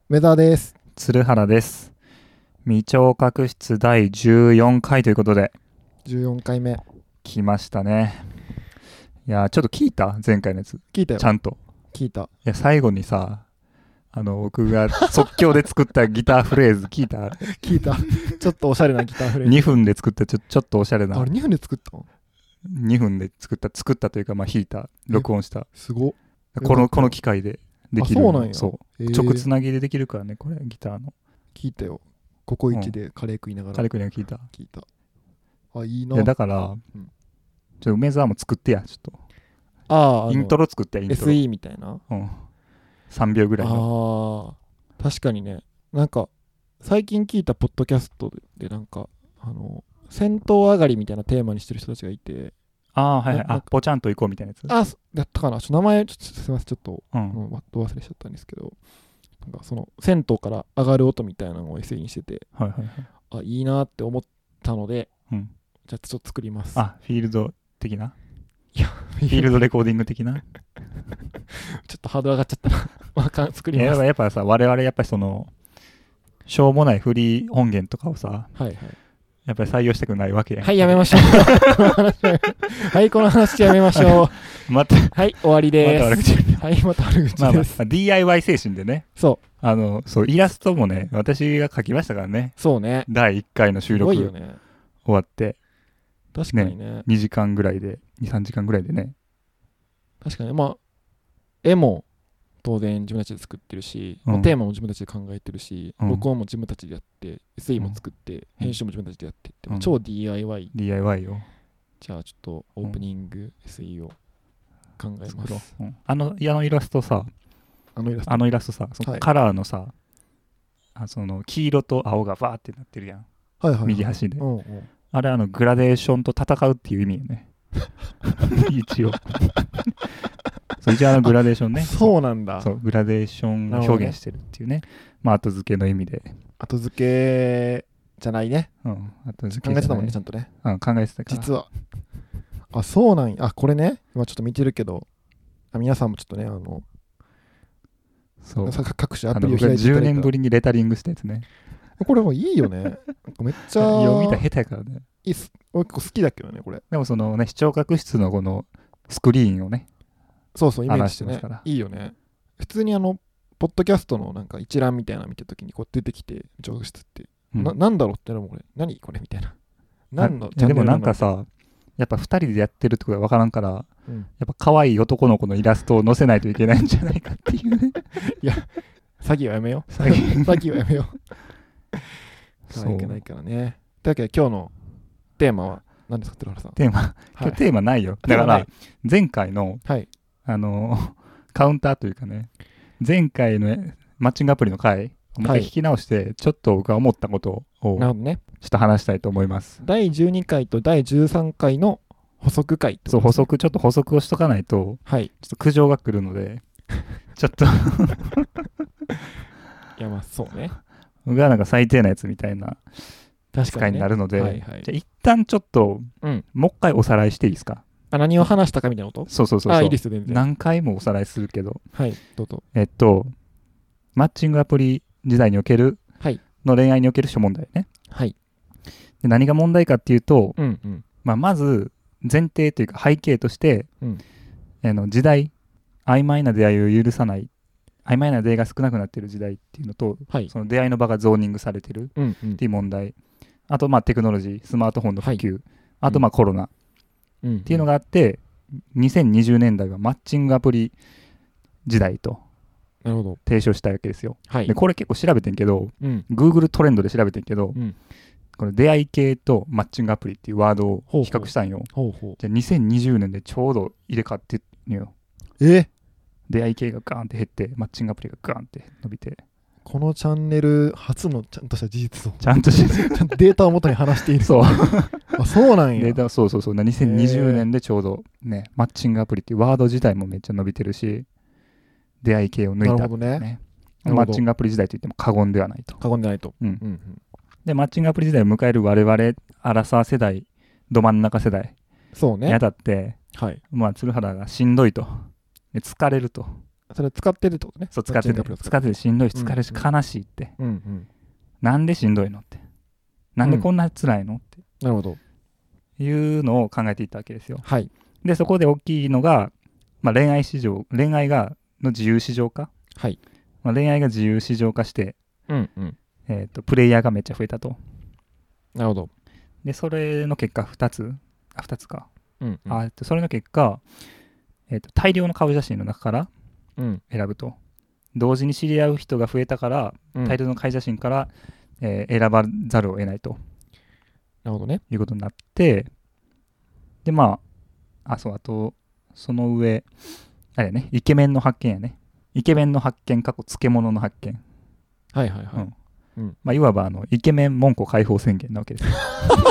梅澤です。 鶴原です。未聴覚室第14回ということで 14回目。 来ましたね。いやちょっと聞いた前回のやつ。 聞いたよ。 ちゃんと聞いた。 いや最後にさ僕が即興で作ったギターフレーズ聞いた聞いた。ちょっとおしゃれなギターフレーズ。 2分で作ったちょっとおしゃれな。 あれ2分で作ったの 2分で作ったというか、まあ弾いた録音した。 すごっ。 この機械でできる。 あ、そうなんや。 そう、直つなぎでできるからね、これギターの。 聞いたよ。ココイチでカレー食いながら。 カレー食いながら聞いた。 あ、いいな。 いやだから、梅沢も作ってや、ちょっとイントロ作ってや、イントロ SE みたいな。 3秒ぐらいの。 確かにね。なんか最近聞いたポッドキャストでなんか戦闘上がりみたいなテーマにしてる人たちがいて。 はいはい。ポチャンと行こうみたいなやつ。 やったかな。名前すみません、ちょっと、忘れちゃったんですけど、なんかその銭湯から上がる音みたいなのを SE にしてて、いいなって思ったので、じゃあちょっと作ります。 フィールド的な。いや、フィールドレコーディング的な。ちょっとハードル上がっちゃったな。作ります。 やっぱさ、我々やっぱりそのしょうもないフリー音源とかをさ、やっぱり採用したくないわけやん。 はい、やめましょう。はい、この話やめましょう。はい、終わりです。はい、また悪口です。 DIY 精神でね。 そう。 イラストもね、私が描きましたからね。 そうね。 第1回の収録終わって。 確かにね。 2時間ぐらいで、2、3時間ぐらいでね。 確かに、まあ、絵も当然自分たちで作ってるし、テーマも自分たちで考えてるし、録音も自分たちでやって、SE も作って、編集も自分たちでやってって、超 DIY。 DIY よ。 じゃあちょっとオープニング SE を考えます。 あのイラストさ、あのイラストさ、そのカラーのさ、その黄色と青がバーってなってるやん。右端で。あれグラデーションと戦うっていう意味よね。一応。一応グラデーションね。 そうなんだ。 そう、グラデーションを表現してるっていうね。まあ後付けの意味で。 後付けじゃないね。 後付け考えてたもんね、ちゃんとね。 考えてたから。 実は。そうなんや。これね、今ちょっと見てるけど、皆さんもちょっとね、 そう。 各種アプリを開いていただいた。 10年ぶりにレタリングしたやつね。 これもいいよね。めっちゃ。 読みた下手やからね。 結構好きだけどね、これ。 でもそのね、視聴覚室のこのスクリーンをね。 そう、イメージしてね。いいよね。普通にポッドキャストのなんか一覧みたいなの見たときにこう出てきて、視聴覚室って。なんだろうってなるもん、これ。何これみたいな。 でもなんかさ、やっぱ2人でやってるってことが分からんから、やっぱ可愛い男の子のイラストを載せないといけないんじゃないかっていうね。 いや、詐欺はやめよう。詐欺はやめよう。そういけないからね。というわけで今日のテーマは何ですか、寺原さん。 今日テーマないよ。だから前回のカウンターというかね、前回のマッチングアプリの回もう一回聞き直して、ちょっと僕は思ったことをちょっと話したいと思います。 第12回と第13回の補足回。 そう、ちょっと補足をしとかないと、ちょっと苦情が来るので、ちょっといや、まあそうね。 僕はなんか最低なやつみたいな扱いになるので、じゃあ一旦ちょっと、もう一回おさらいしていいですか？ 何を話したかみたいなこと？ そう。 いいですよ、全然。 何回もおさらいするけど。 どうぞ。 マッチングアプリ時代における、の恋愛における諸問題ね。で何が問題かっていうと、まず前提というか背景として、時代、曖昧な出会いを許さない、曖昧な出会いが少なくなっている時代っていうのと、その出会いの場がゾーニングされてるっていう問題、あとテクノロジー、スマートフォンの普及、あとコロナっていうのがあって、2020年代はマッチングアプリ時代と提唱したわけですよ。でこれ結構調べてんけど、Google トレンドで調べてんけど、この出会い系とマッチングアプリっていうワードを比較したんよ。じゃあ2020年でちょうど入れ替わってるよ。出会い系がガーンって減ってマッチングアプリがガーンって伸びて、 このチャンネル初のちゃんとした事実をちゃんとデータを元に話している。そうなんや。 データそう2020年でちょうどね、マッチングアプリっていうワード自体もめっちゃ伸びてるし、出会い系を抜いた、 なるほどね。 マッチングアプリ時代といっても過言ではないと。でマッチングアプリ時代を迎える我々アラサー世代、ど真ん中世代にあたって、鶴原がしんどいと、疲れると、 それ使ってるってことね。 そう、使っててしんどいし疲れるし悲しいって、うんうん、なんでしんどいのって、なんでこんな辛いのって、 なるほど、 いうのを考えていったわけですよ。 はい。 でそこで大きいのが、まあ、恋愛の自由市場化、 はい。 まあ、恋愛が自由市場化して、 うんうん、 プレイヤーがめっちゃ増えたと。 なるほど。 でそれの結果2つか、 うんうん、 それの結果、大量の顔写真の中から選ぶと、同時に知り合う人が増えたから、大量の顔写真から、選ばざるを得ないと、 なるほどね、 いうことになって、でまああとその上あれやね、イケメンの発見やね。イケメンの発見過去漬物の発見。 はいはいはい、 うん、まあいわばイケメン門戸開放宣言なわけですよ。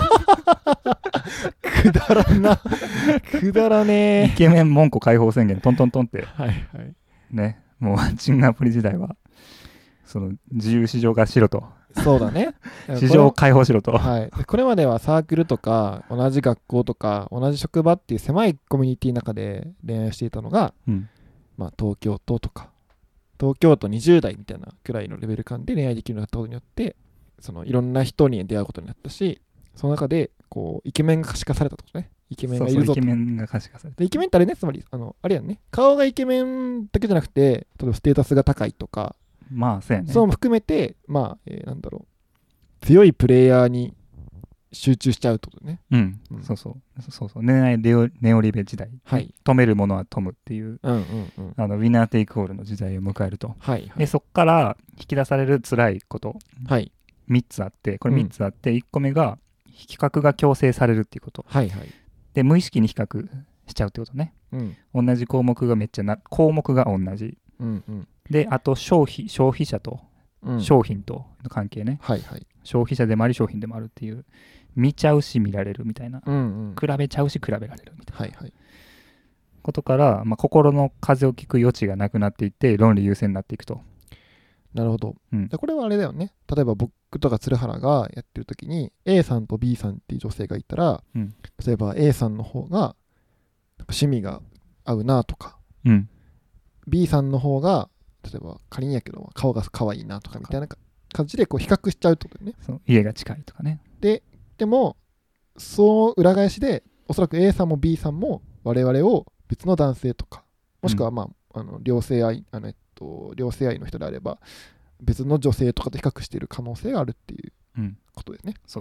くだらなくだらねイケメン門戸開放宣言トントントンって、 はいはいね、もうマッチングアプリ時代はその自由市場化しろと。 そうだね、 市場を開放しろと、 はい、これまではサークルとか同じ学校とか同じ職場っていう狭いコミュニティの中で恋愛していたのが、まあ、東京都20代みたいなくらいのレベル感で恋愛できるようになったことによって、そのいろんな人に出会うことになったし、その中でこうイケメンが可視化されたってことね。イケメンがいるぞと。 イケメンが可視化された。 でイケメンってあれね、つまりあれやんね、顔がイケメンだけじゃなくて、例えばステータスが高いとか、 まあそうやね、 そうも含めて、まあ、なんだろう、強いプレイヤーに集中しちゃうってことね。 そう恋愛ネオリベ時代、 はい、 止めるものは止むっていう、ウィナーテイクオールの時代を迎えると、 はいはい、 でそこから引き出される辛いこと、 はい、 3つあって、これ3つあって、1個目が比較が強制されるっていうこと、 はいはい、 で無意識に比較しちゃうってことね、同じ項目が項目が同じ、であと消費者と商品との関係ね、 はいはい、 消費者でもあり商品でもあるっていう、見ちゃうし見られるみたいな、比べちゃうし比べられるみたいな、ことから、まあ、心の風を聞く余地がなくなっていって論理優先になっていくと。 なるほど、これはあれだよね。例えば僕とか鶴原がやってる時に A さんと B さんっていう女性がいたら、例えば A さんの方が趣味が合うなとか、B さんの方が例えば仮にやけど顔が可愛いなとかみたいな感じでこう比較しちゃうってことだよね。 そう、家が近いとかね。 でもその裏返しでおそらく A さんも B さんも我々を別の男性とか、もしくはまあ、両性愛の人であれば別の女性とかと比較している可能性があるっていうことですね。 そう、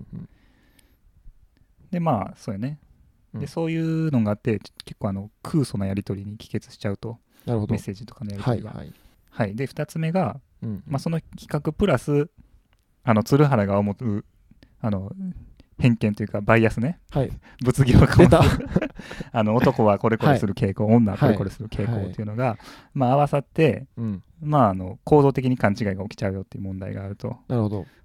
でまあそうやね。でそういうのがあって結構空想なやり取りに帰結しちゃうと。なるほど。メッセージとかのやり取りが。はい、で2つ目が、まあ、その企画プラス鶴原が思う偏見というかバイアスね、物議を醸す男はこれこれする傾向、女はこれこれする傾向っていうのが、まあ、合わさって、まあ、行動的に勘違いが起きちゃうよっていう問題があると。 なるほど。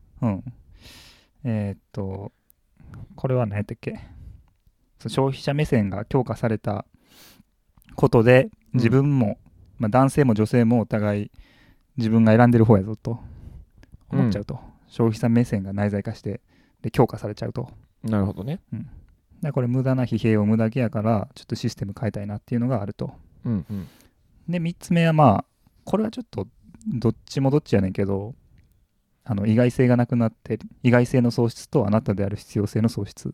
これは何やったっけ、消費者目線が強化されたことで自分も、まあ、男性も女性もお互い自分が選んでる方やぞと思っちゃうと、消費者目線が内在化してで強化されちゃうと。 なるほどね。 だこれ無駄な疲弊を無駄けやからちょっとシステム変えたいなっていうのがあると。で3つ目はまあこれはちょっとどっちもどっちやねんけど、意外性がなくなって意外性の喪失とあなたである必要性の喪失。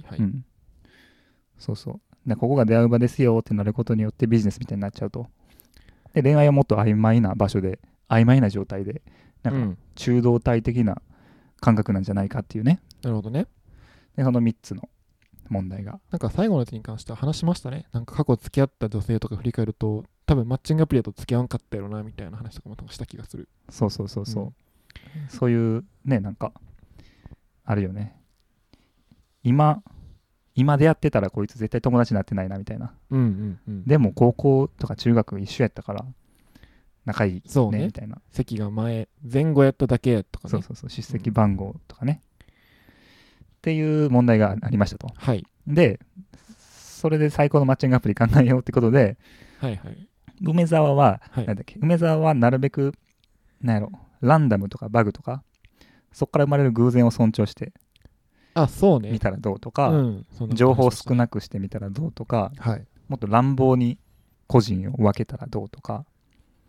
でここが出会う場ですよってなることによってビジネスみたいになっちゃうと。で恋愛はもっと曖昧な場所で曖昧な状態でなんか中道体的な感覚なんじゃないかっていうね。 なるほどね。 でその3つの問題がなんか最後のやつに関しては話しましたね。なんか過去付き合った女性とか振り返ると多分マッチングアプリだと付き合わんかったやろなみたいな話とかもした気がする。 そう、そういうね、なんかあるよね。今出会ってたらこいつ絶対友達になってないなみたいな、でも高校とか中学一緒やったから仲いいねみたいな、 席が前後やっただけとかね、 出席番号とかね、っていう問題がありましたと。でそれで最高のマッチングアプリ考えようってことで、梅沢は梅沢はなるべくなんやろランダムとかバグとかそこから生まれる偶然を尊重して見たらどうとか、情報を少なくしてみたらどうとか、もっと乱暴に個人を分けたらどうとか、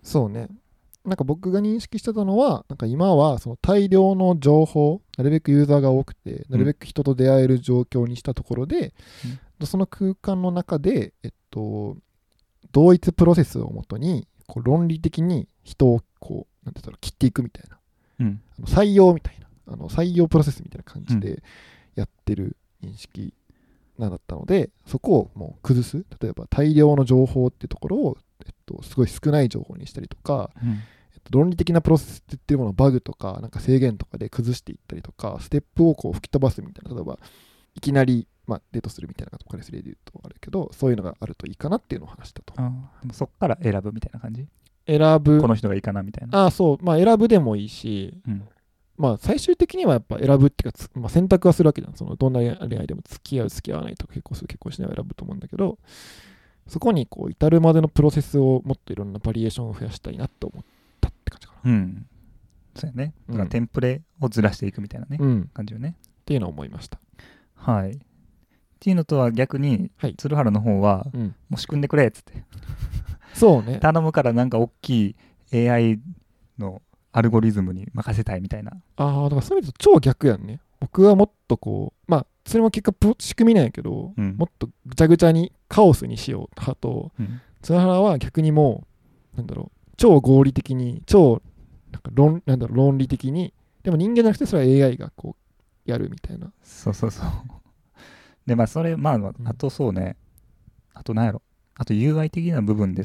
そうね。なんか僕が認識してたのは、なんか今はその大量の情報、なるべくユーザーが多くて、なるべく人と出会える状況にしたところで、その空間の中で、同一プロセスをもとに、こう論理的に人をこう、なんて言ったら切っていくみたいな、採用みたいな、採用プロセスみたいな感じでやってる認識なんだったので、そこをもう崩す。例えば大量の情報っていうところを、すごい少ない情報にしたりとか、論理的なプロセスって言ってるものをバグとかなんか制限とかで崩していったりとか、ステップをこう吹き飛ばすみたいな、例えばいきなりデートするみたいなところで言うとあるけど、そういうのがあるといいかなっていうのを話したと。 でもそっから選ぶみたいな感じ？ 選ぶ。 この人がいいかなみたいな。 そう。選ぶでもいいし、最終的にはやっぱ選ぶっていうか、選択はするわけじゃん。そのどんな恋愛でも付き合う付き合わないとか結婚しないは選ぶと思うんだけど、そこにこう至るまでのプロセスをもっといろんなバリエーションを増やしたいなと思ったって感じかな。 そうやね。だからテンプレをずらしていくみたいなね、感じよね。 っていうのを思いました。 はい。っていうのとは逆に、鶴原の方は、もう仕組んでくれっつって。 そうね。 頼むからなんか大きい AI のアルゴリズムに任せたいみたいな。 だからそういう意味と超逆やんね。僕はもっとこう、それも結果仕組みなんやけど、もっとぐちゃぐちゃにカオスにしよう派と、鶴原は逆にもう、超合理的に、超論理的に、でも人間じゃなくてそれは AI がこうやるみたいな。 そうでそれあとそうね、あと何やろ、あと UI 的な部分で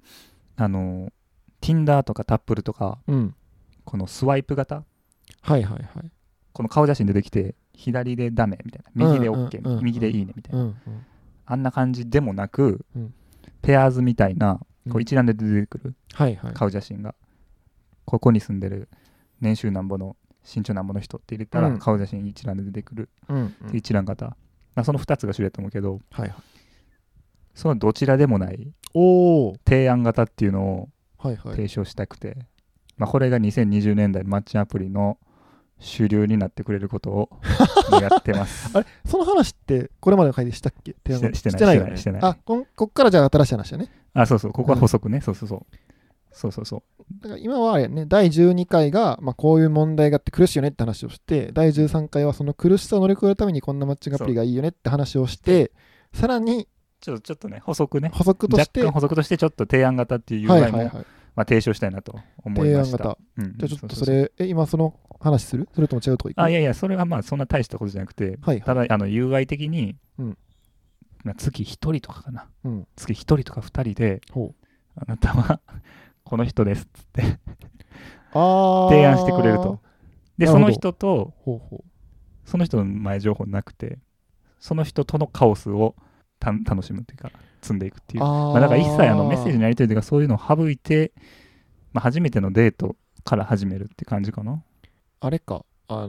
Tinder とか Tappl とか、このスワイプ型、この顔写真出てきて左でダメみたいな、右で OK、右でいいねみたいな、あんな感じでもなく、ペアーズみたいなこう一覧で出てくる顔写真が、ここに住んでる年収なんぼの身長なんぼの人って入れたら、顔写真一覧で出てくる、一覧型、その2つが主流だと思うけど、そのどちらでもない提案型っていうのを提唱したくて、これが2020年代のマッチングアプリの主流になってくれることをやってますあれ、その話ってこれまでの回でしたっけ？ してないよね。 こっからじゃあ新しい話だね。 そうここは補足ね。そうだから今はあれね、第12回が、こういう問題があって苦しいよねって話をして、第13回はその苦しさを乗り越えるためにこんなマッチングアプリがいいよねって話をして、さらにちょっとね、補足として若干補足としてちょっと提案型っていう UI も提唱したいなと思いました。 提案型。じゃあちょっとそれ、今その話する？それとも違うとこ行く？ いや、それはそんな大したことじゃなくて、ただUI 的に、月1人とかかな。月1人とか2人で、あなたはこの人ですっつって提案してくれると。で、その人と、その人の前情報なくて、その人とのカオスを楽しむっていうか、積んでいくっていう。だから一切メッセージのやり取りとかそういうのを省いて、初めてのデートから始めるって感じかな。 あれか、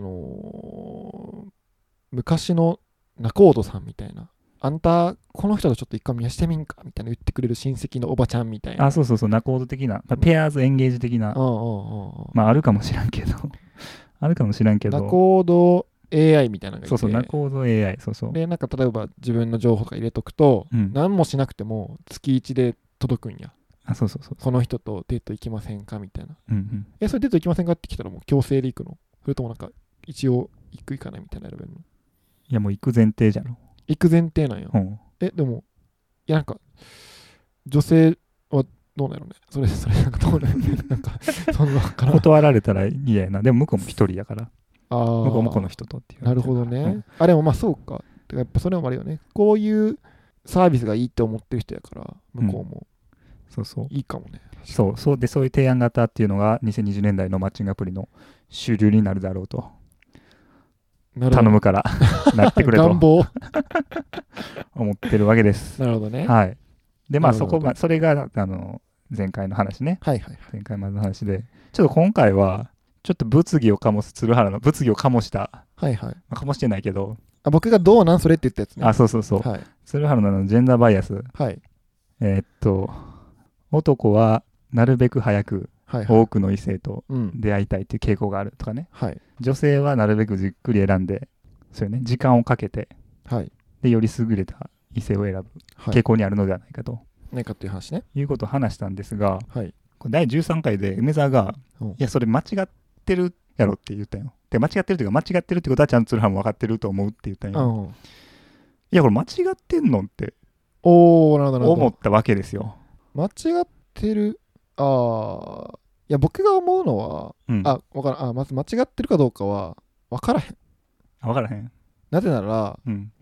昔の仲人さんみたいな。あんた、この人とちょっと一回見してみんかみたいな言ってくれる親戚のおばちゃんみたいな。 そう、仲人的な、ペアーズエンゲージ的な。あるかもしらんけど。仲人AI みたいなのがいて。 仲人 AI。 で、例えば自分の情報とか入れとくと、何もしなくても月1で届くんや。この人とデート行きませんかみたいな。それデート行きませんかって来たらもう強制で行くの？それとも一応行かないみたいな選べるの？ いや、もう行く前提じゃろ。 行く前提なんや。でも、いや女性はどうなのね。それどうなのね。そんな断られたら嫌やな。でも向こうも一人やから。向こうもこの人とっていう。 なるほどね。でもそうか。やっぱそれもあるよね。こういうサービスがいいって思ってる人やから、向こうも。いいかもね。 そういう提案型っていうのが2020年代のマッチングアプリの主流になるだろうと。頼むからなってくれと願望思ってるわけです。 なるほどね。 でそれが前回の話ね。前回までの話で、ちょっと今回はちょっと物議を醸す鶴原の物議を醸した。醸してないけど。 僕がどうなんそれって言ったやつね。 そう。鶴原のジェンダーバイアス。男はなるべく早く多くの異性と出会いたいっていう傾向があるとかね。女性はなるべくじっくり選んで、そういうね、時間をかけて、でより優れた異性を選ぶ傾向にあるのではないかと。 いう話ね。 いうことを話したんですが、 第13回で梅沢が、いやそれ間違ってるやろって言ったよ。で間違ってるっていうか間違ってるってことはちゃんと鶴原も分かってると思うって言ったんよ。いやこれ間違ってんのって思ったわけですよ。 間違ってる。いや僕が思うのは、分からん。まず間違ってるかどうかは分からへん。 分からへん。 なぜなら、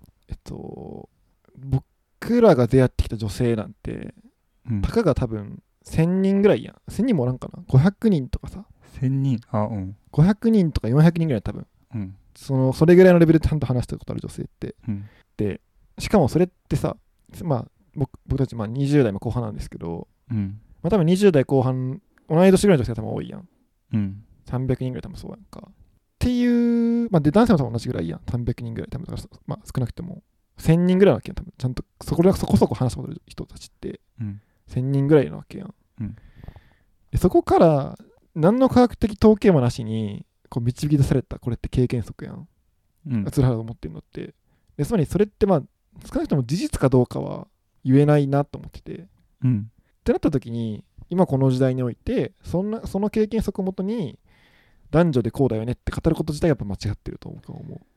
僕らが出会ってきた女性なんて、たかが多分1000人ぐらいやん。1000人もおらんかな。500人とかさ。 1000人 500人とか400人ぐらい多分。それぐらいのレベルでちゃんと話したことある女性って。で、しかもそれってさ、僕たち20代も後半なんですけど、多分20代後半、同い年ぐらいの女性が多分多いやん。300人ぐらい多分そうやんか。っていう、で、男性も多分同じぐらいやん。300人ぐらい。多分少なくても1000人ぐらいなわけやん。多分ちゃんとそこそこ話したことある人たちって、1000人ぐらいなわけやん。でそこから何の科学的統計もなしにこう導き出されたこれって経験則やん。鶴原が思ってるのって。でつまりそれって少なくとも事実かどうかは言えないなと思ってて。ってなった時に今この時代においてその経験則をもとに男女でこうだよねって語ること自体やっぱ間違ってると思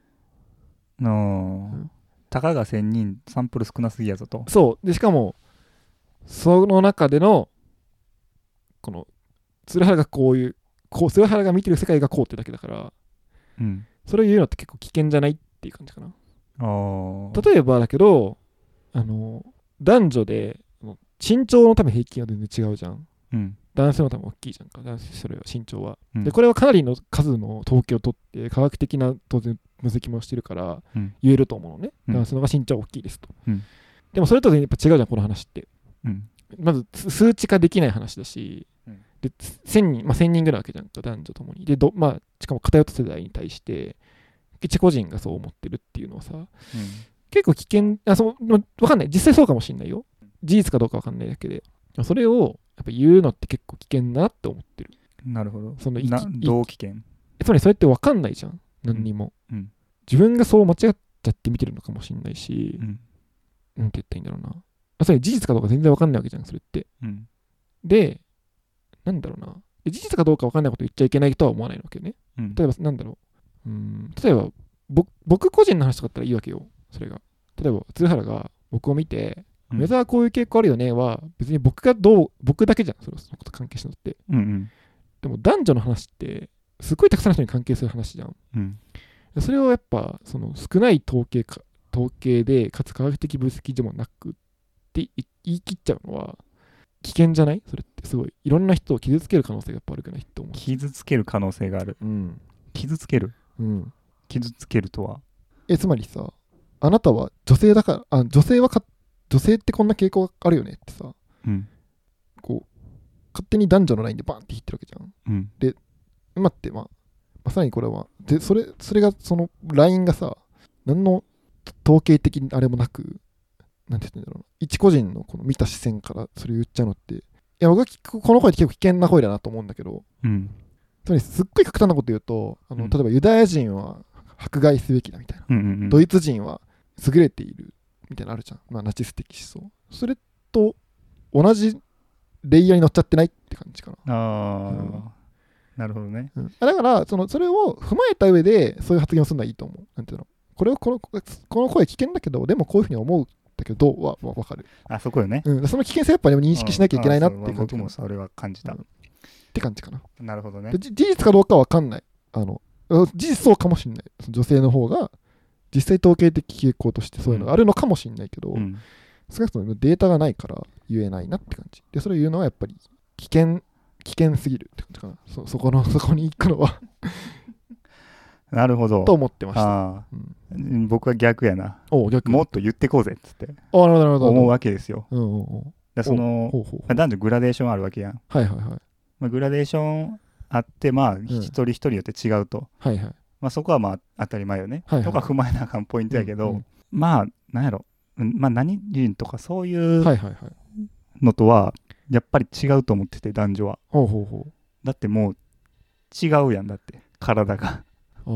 う。たかが1000人サンプル少なすぎやぞと。 そうでしかもその中でのこの鶴原が鶴原が見てる世界がこうってだけだから、それを言うのって結構危険じゃないっていう感じかな。例えばだけど男女で身長の多分平均は全然違うじゃん。男性の多分大きいじゃんか。男性それは身長は。でこれはかなりの数の統計を取って科学的な当然分析もしてるから言えると思うのね。男性の方が身長大きいですと。でもそれとやっぱ違うじゃんこの話って。まず数値化できない話だし、で1000人ぐらいわけじゃんか男女ともに。でしかも偏った世代に対して一個人がそう思ってるっていうのはさ、結構危険。わかんない。実際そうかもしんないよ。事実かどうかわかんないだけで。それをやっぱ言うのって結構危険だなって思ってる。 なるほど。どう危険？ つまりそれってわかんないじゃん。何にも。自分がそう間違っちゃって見てるのかもしんないし、なんて言ったらいいんだろうな。それ事実かどうか全然わかんないわけじゃん、それって。で、なんだろうな。事実かどうかわかんないこと言っちゃいけないとは思わないわけね。例えば、なんだろう。例えば、僕個人の話とかだったらいいわけよ。それが。例えば、鶴原が僕を見て、梅沢こういう傾向あるよねは、別に僕だけじゃん、そのこと関係してるのって。でも男女の話って、すごいたくさんの人に関係する話じゃん。それをやっぱ、少ない統計で、かつ科学的分析でもなくって言い切っちゃうのは、危険じゃない？それってすごい。いろんな人を傷つける可能性がやっぱあるくないって思う。 傷つける可能性がある。傷つける？傷つけるとは？ つまりさ、あなたは女性だから、女性ってこんな傾向があるよねってさ、こう勝手に男女のラインでバンって引ってるわけじゃん。で、まさにこれはでそれがそのラインがさ、何の統計的にあれもなく、なんて言うんだろうな、一個人のこの見た視線からそれを言っちゃうのって、いや僕はこの声って結構危険な声だなと思うんだけど、つまりすっごい極端なこと言うと、例えばユダヤ人は迫害すべきだみたいな、ドイツ人は優れているみたいなのあるじゃん。ナチス的思想。それと同じレイヤーに乗っちゃってないって感じかな。 なるほどね。 だからそれを踏まえた上でそういう発言をするのはいいと思う。なんていうの、この声危険だけど、でもこういうふうに思うだけどは分かる。 そこよね。 その危険性やっぱり認識しなきゃいけないなっていう感じ。 僕もそれは感じた。 って感じかな。 なるほどね。 事実かどうかは分かんない。事実そうかもしれない。女性の方が実際統計的傾向としてそういうのがあるのかもしれないけど、少なくともデータがないから言えないなって感じで、それを言うのはやっぱり危険すぎるって感じかな。そこに行くのはなるほどと思ってました。 僕は逆やな。もっと言ってこうぜっつって思うわけですよ。男女グラデーションあるわけやん。グラデーションあって一人一人によって違うと。そこは当たり前よね。とか踏まえなあかんポイントやけど、なんやろ、何人とかそういうのとはやっぱり違うと思ってて、男女は。だってもう違うやん、だって体が。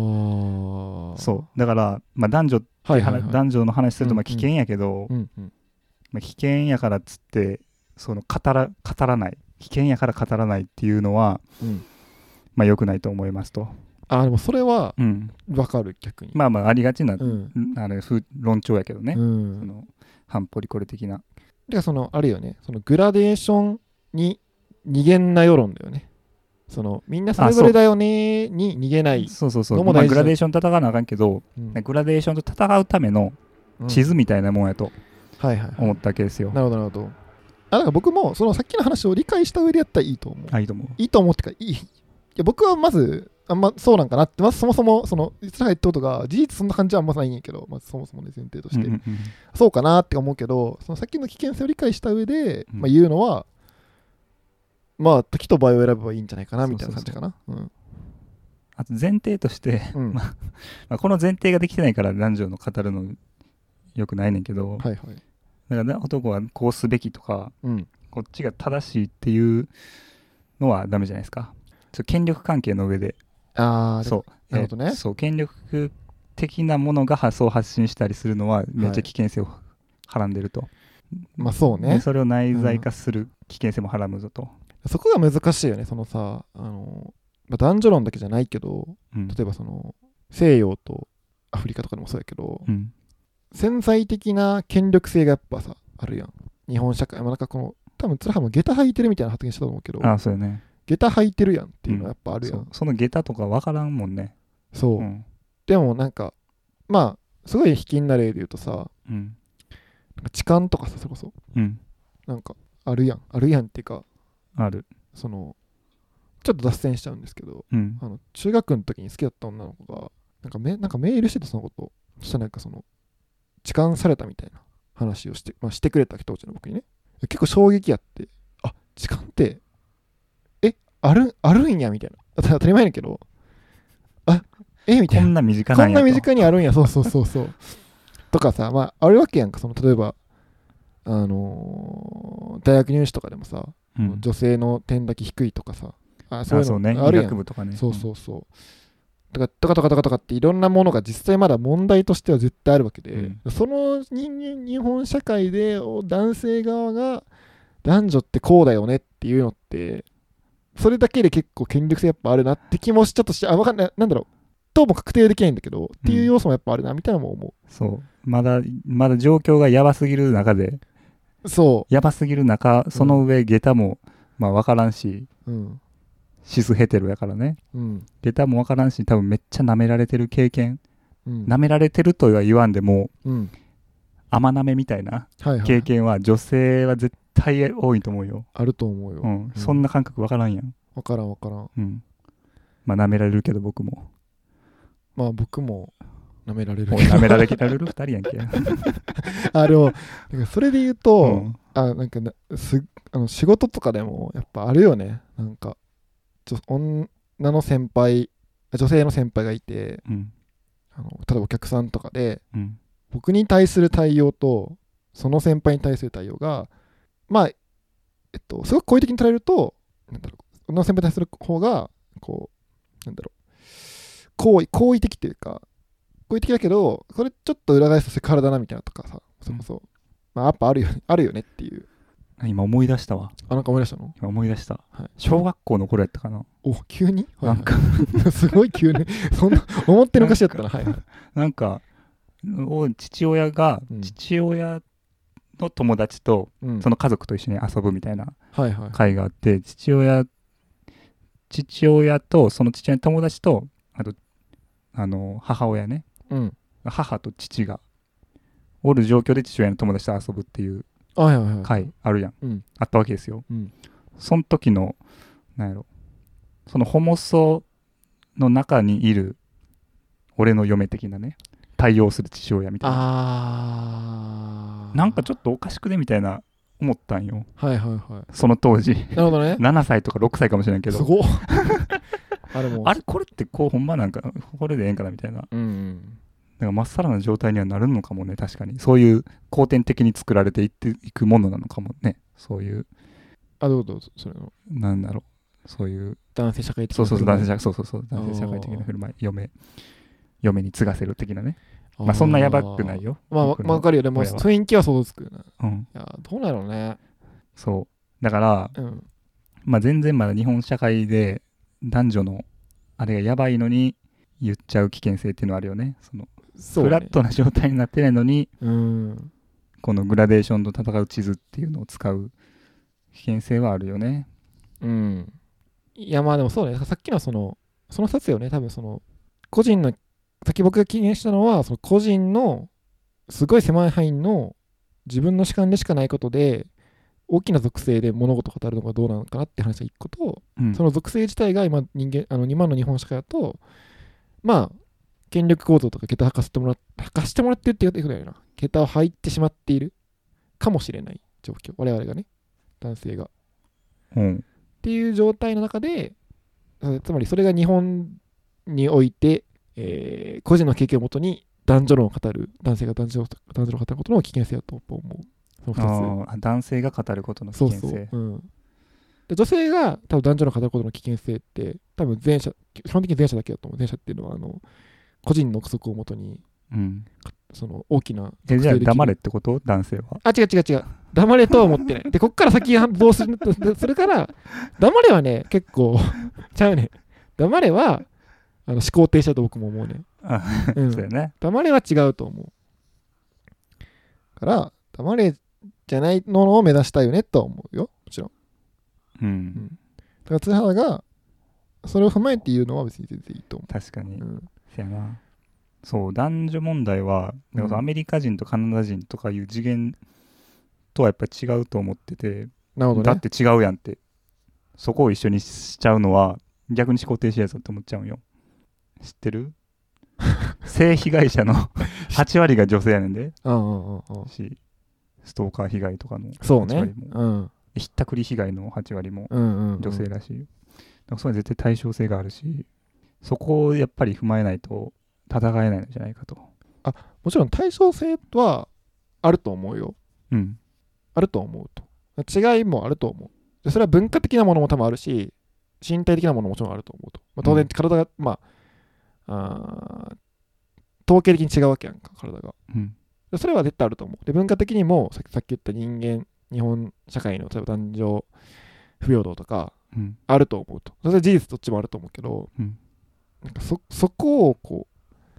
そうだから男女の話すると危険やけど、危険やからっつって語らない危険やから語らないっていうのは、まあ良くないと思いますと。 でもそれは分かる、逆に。 まあまあありがちな、論調やけどね、その反ポリコレ的な。 でそのあるよね、そのグラデーションに逃げんな世論だよね。そのみんなそれぞれだよねに逃げないそうそうそう、まあ、グラデーション戦わなあかんけど、グラデーションと戦うための地図みたいなもんやと思ったわけですよ。 なるほどなるほど。だから僕もそのさっきの話を理解した上でやったらいいと思う。 いいと思う。 いいと思うってか、いや僕はまずあんまそうなんかなって、まずそもそもそのいつらが言ったことが事実そんな感じはあんまないんやけど、まずそもそもね前提として、そうかなって思うけど、そのさっきの危険性を理解した上で、言うのは、まあ時と場合を選べばいいんじゃないかなみたいな感じかな。 あと前提として、まあこの前提ができてないから男女の語るのよくないねんけど、だから男はこうすべきとか、こっちが正しいっていうのはダメじゃないですか。権力関係の上で、そうなるほどね。そう権力的なものがそう発信したりするのはめっちゃ危険性をはらんでると。 まあそうね。 それを内在化する危険性もはらむぞと。 そこが難しいよね。そのさ、男女論だけじゃないけど、例えばその西洋とアフリカとかでもそうやけど、潜在的な権力性がやっぱさあるやん。日本社会、なんかこの多分つらはも下駄履いてるみたいな発言したと思うけど、 そうよね。 下駄履いてるやんっていうのはやっぱあるやん。 その下駄とか分からんもんね。 そう。でもなんかまあすごい卑近な例で言うとさ、なんか痴漢とかさ、それこそ、なんかあるやんっていうか、 ある。 そのちょっと脱線しちゃうんですけど、中学の時に好きだった女の子がなんかメールしてた、そのことそしたらなんかその痴漢されたみたいな話をして、してくれた当時の僕にね、結構衝撃やって、痴漢ってあるんやみたいな、当たり前やけど、みたいな、 こんな身近にあるんや、そうとかさ、あるわけやんか。その例えば大学入試とかでもさ、女性の点だけ低いとかさ、そういうのあるやん。そうとかっていろんなものが実際まだ問題としては絶対あるわけで、その日本社会で男性側が男女ってこうだよねっていうのって、それだけで結構権力性やっぱあるなって気もちょっとして、分かんない、なんだろう、どうも確定できないんだけど、っていう要素もやっぱあるなみたいなのも思う。 そうまだ状況がやばすぎる中で、やばすぎる中、その上下駄も分からんし、シスヘテロやからね、下駄も分からんし、多分めっちゃ舐められてる経験、舐められてるとは言わんでも、甘舐めみたいな経験は女性は絶対多いと思うよ。 あると思うよ。 そんな感覚分からんやん。 分からん。 舐められるけど僕も。 僕も舐められる。 舐められる2人やんけ。 でもそれで言うと、なんか仕事とかでもやっぱあるよね。なんか女性の先輩がいて、例えばお客さんとかで、僕に対する対応とその先輩に対する対応がすごく好意的に捉えると、女の先輩に対する方が好意的っていうか、好意的だけど、それちょっと裏返すとセクハラだなみたいなとかさ、やっぱあるよねっていう。 今思い出したわ。 なんか思い出したの？ 今思い出した。小学校の頃やったかな。 急に？なんかすごい急に。そんな思ってる昔やったな。 なんか父親の友達とその家族と一緒に遊ぶみたいな会があって、父親とその父親の友達と、あと母親ね、母と父がおる状況で父親の友達と遊ぶっていう会あるやん、あったわけですよ。その時のそのホモソの中にいる俺の嫁的なね、対応する父親みたいな、なんかちょっとおかしくねみたいな思ったんよ。その当時。なるほどね。7歳とか6歳かもしれないけど。 すごっ。 あれこれってこうほんまなんかこれでええんかなみたいな。なんかまっさらな状態にはなるのかもね。確かにそういう後天的に作られていくものなのかもね。そういう。 どうぞそれの。 なんだろう。そういう男性社会的な振る舞い。男性社会的な振る舞い。嫁に継がせる的なね。そんなやばくないよ。 分かるよ。でも雰囲気は想像つくな。いやどうなのね。 そうだから、 まあ全然まだ日本社会で男女のあれがやばいのに言っちゃう危険性っていうのはあるよね。そのフラットな状態になってないのに、このグラデーションと戦う地図っていうのを使う危険性はあるよね。 いやまあでもそうね、さっきのその2つよね。多分その個人の、さっき僕が気にしたのはその個人のすごい狭い範囲の自分の主観でしかないことで大きな属性で物事を語るのがどうなのかなって話が1個と、その属性自体が今今の日本社会だとまあ権力構造とか桁を吐かしてもらってるって言うといいな、桁を吐いてしまっているかもしれない状況、我々がね、男性が、っていう状態の中で、つまりそれが日本において、個人の経験をもとに男女論を語る、男性が男女論を語ることの危険性だと思う。その 2つ。男性が語ることの危険性。 で女性が多分男女論を語ることの危険性って多分基本的に前者だけだと思う。前者っていうのは個人の憶測をもとに、その大きなじゃあ黙れってこと？男性は。 違う黙れとは思ってない。でこっから先どうするから黙れはね結構ちゃうね。黙れは思考停止だと僕も思うね。 そうよね。 黙れは違うと思うから黙れじゃないのを目指したいよねとは思うよ、もちろん。だから津原がそれを踏まえて言うのは別に全然いいと思う。 確かに。せやな。そう、男女問題は、アメリカ人とカナダ人とかいう次元とはやっぱり違うと思ってて、 なるほどね、 だって違うやんって、そこを一緒にしちゃうのは逆に思考停止やぞって思っちゃうんよ。知ってる？性被害者の8割が女性やねんで。し、ストーカー被害とかの8割も、ひったくり被害の8割も女性らしい。だからそれは絶対対称性があるし、そこをやっぱり踏まえないと戦えないのじゃないかと。 もちろん対称性はあると思うよ。あると思うと。違いもあると思う。それは文化的なものも多分あるし、身体的なものももちろんあると思うと。当然体が統計的に違うわけやんか、体が。それは絶対あると思う。で文化的にもさっき言った日本社会の例えば男女不平等とかあると思うと。それは事実どっちもあると思うけど、なんかそこをこ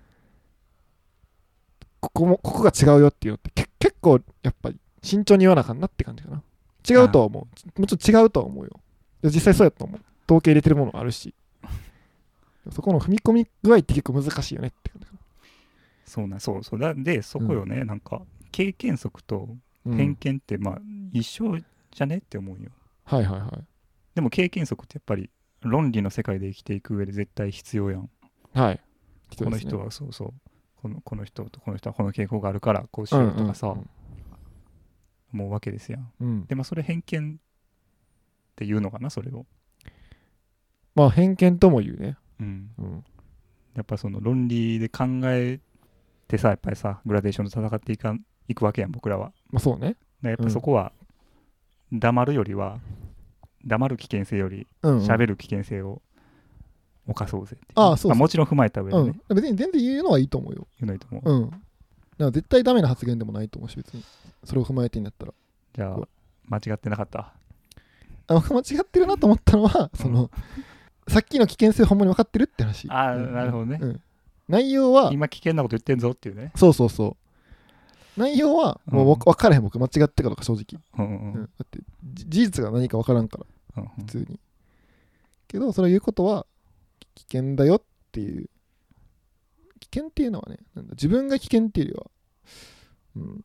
こが違うよっていうのって結構やっぱり慎重に言わなあかんなって感じかな。違うとは思う。もちろん違うとは思うよ。実際そうやと思う。統計入れてるものあるし、そこの踏み込み具合って結構難しいよねって感じかな。 そうでそこよね、なんか経験則と偏見って一緒じゃねって思うよ。でも経験則ってやっぱり論理の世界で生きていく上で絶対必要やん。この人はこの人とこの人はこの傾向があるからこうしようとかさ、思うわけですやん。でそれ偏見っていうのかな、それを。 偏見とも言うね。 やっぱその論理で考えてさ、やっぱりさグラデーションと戦っていくわけやん、僕らは。 そうね。 やっぱそこは黙るよりは、黙る危険性より喋る危険性を犯そうぜっていう。もちろん踏まえた上でね。 別に全然言うのはいいと思うよ。 言うのはいいと思う。 だから絶対ダメな発言でもないと思うし、別にそれを踏まえてんだったら。 じゃあ間違ってなかった？ 間違ってるなと思ったのは、さっきの危険性ほんまに分かってるって話。 なるほどね。 内容は今危険なこと言ってんぞっていうね。 そう内容はもう分からへん、僕間違ってるかどうか正直。だって事実が何か分からんから、普通に。けどそれを言うことは危険だよっていう。危険っていうのはね、自分が危険っていうよりは、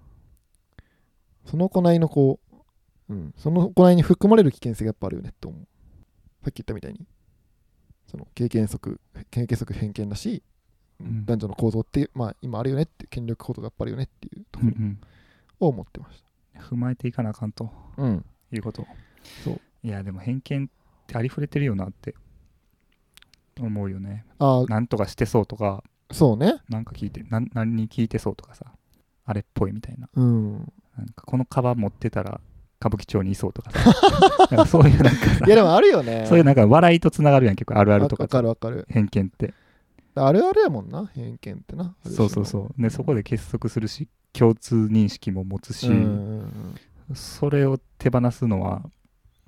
その行いのその行いに含まれる危険性がやっぱあるよねって思う。さっき言ったみたいにその経験則偏見だし、男女の構造って今あるよねっていう、権力構造がやっぱあるよねっていうところを思ってました。 踏まえていかなあかんと、いうこと。 そういやでも偏見ってありふれてるよなって思うよね。なんとかしてそうとか、 そうね、 なんか聞いて何に聞いてそうとかさ、あれっぽいみたいな、なんかこのカバン持ってたら歌舞伎町にいそうとかさなんかそういうなんかさ、 いやでもあるよね、 そういうなんか笑いとつながるやん、結構あるあるとか。 わかる。 偏見ってあるあるやもんな、偏見ってな。 そうでそこで結束するし、共通認識も持つし、それを手放すのは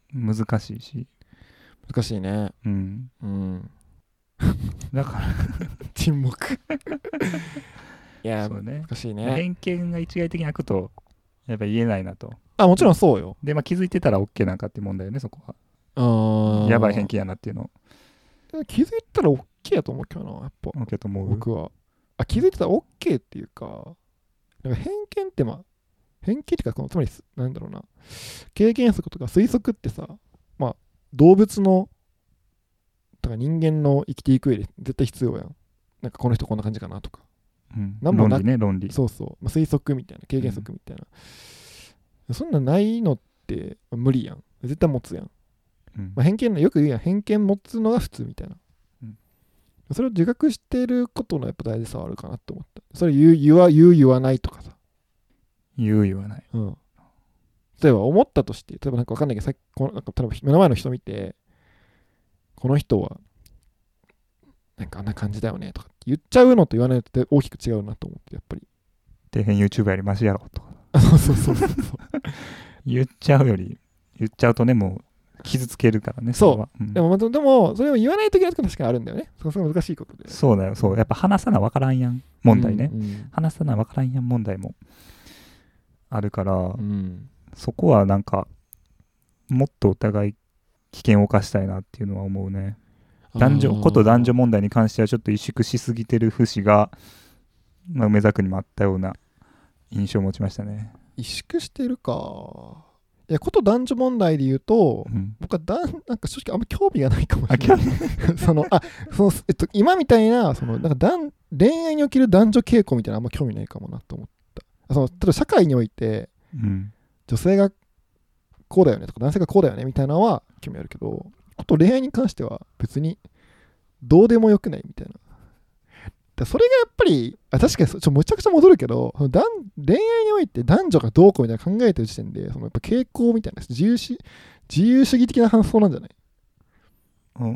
難しいし。 難しいね。 うん。 うん。 だから沈黙いや、 そうね、 難しいね。 偏見が一概的に開くとやっぱ言えないなと。 もちろんそうよ。 で、気づいてたら OK なんかって問題よね、そこは。 やばい偏見やなっていうの。 気づいたら OK やと思うけどな、やっぱ。 OK と思う。 僕は。気づいてたら OK っていうか、偏見って偏見っていうか、つまり、なんだろうな、経験則とか推測ってさ、動物の、とか人間の生きていく上で絶対必要やん。なんかこの人こんな感じかなとか。 論理ね、論理。 そうそう。推測みたいな、経験則みたいな。そんなんないのって無理やん。絶対持つやん。偏見よく言うやん。偏見持つのが普通みたいな。それを自覚してることのやっぱ大事さはあるかなって思った。それ言わないとかさ。 言わない。 例えば思ったとして、例えばなんかわかんないけど、例えば目の前の人見て、この人は、なんかあんな感じだよねとか言っちゃうのと言わないのって大きく違うなと思って、やっぱり。 底辺 YouTube やりましやろとか。 そう。 言っちゃうとね、もう傷つけるからね。 そう。でも、それを言わないといけないと確かにあるんだよね。それ難しいことで。 そうだよ、そう。やっぱ話さな分からんやん問題ね。話さな分からんやん問題もあるから、そこはなんか、もっとお互い危険を冒したいなっていうのは思うね。男女問題に関してはちょっと萎縮しすぎてる節が、梅沢君にもあったような印象を持ちましたね。 萎縮してるか。いや、こと男女問題で言うと、僕はなんか正直あんま興味がないかもしれない。今みたいな、なんか恋愛における男女傾向みたいなのあんま興味ないかもなと思った。例えば社会において、女性がこうだよねとか男性がこうだよねみたいなのは興味あるけど、恋愛に関しては別にどうでもよくないみたいな。それがやっぱり、確かにむちゃくちゃ戻るけど、恋愛において男女がどうこうみたいな考えてる時点で、やっぱ傾向みたいな、自由主義的な発想なんじゃない？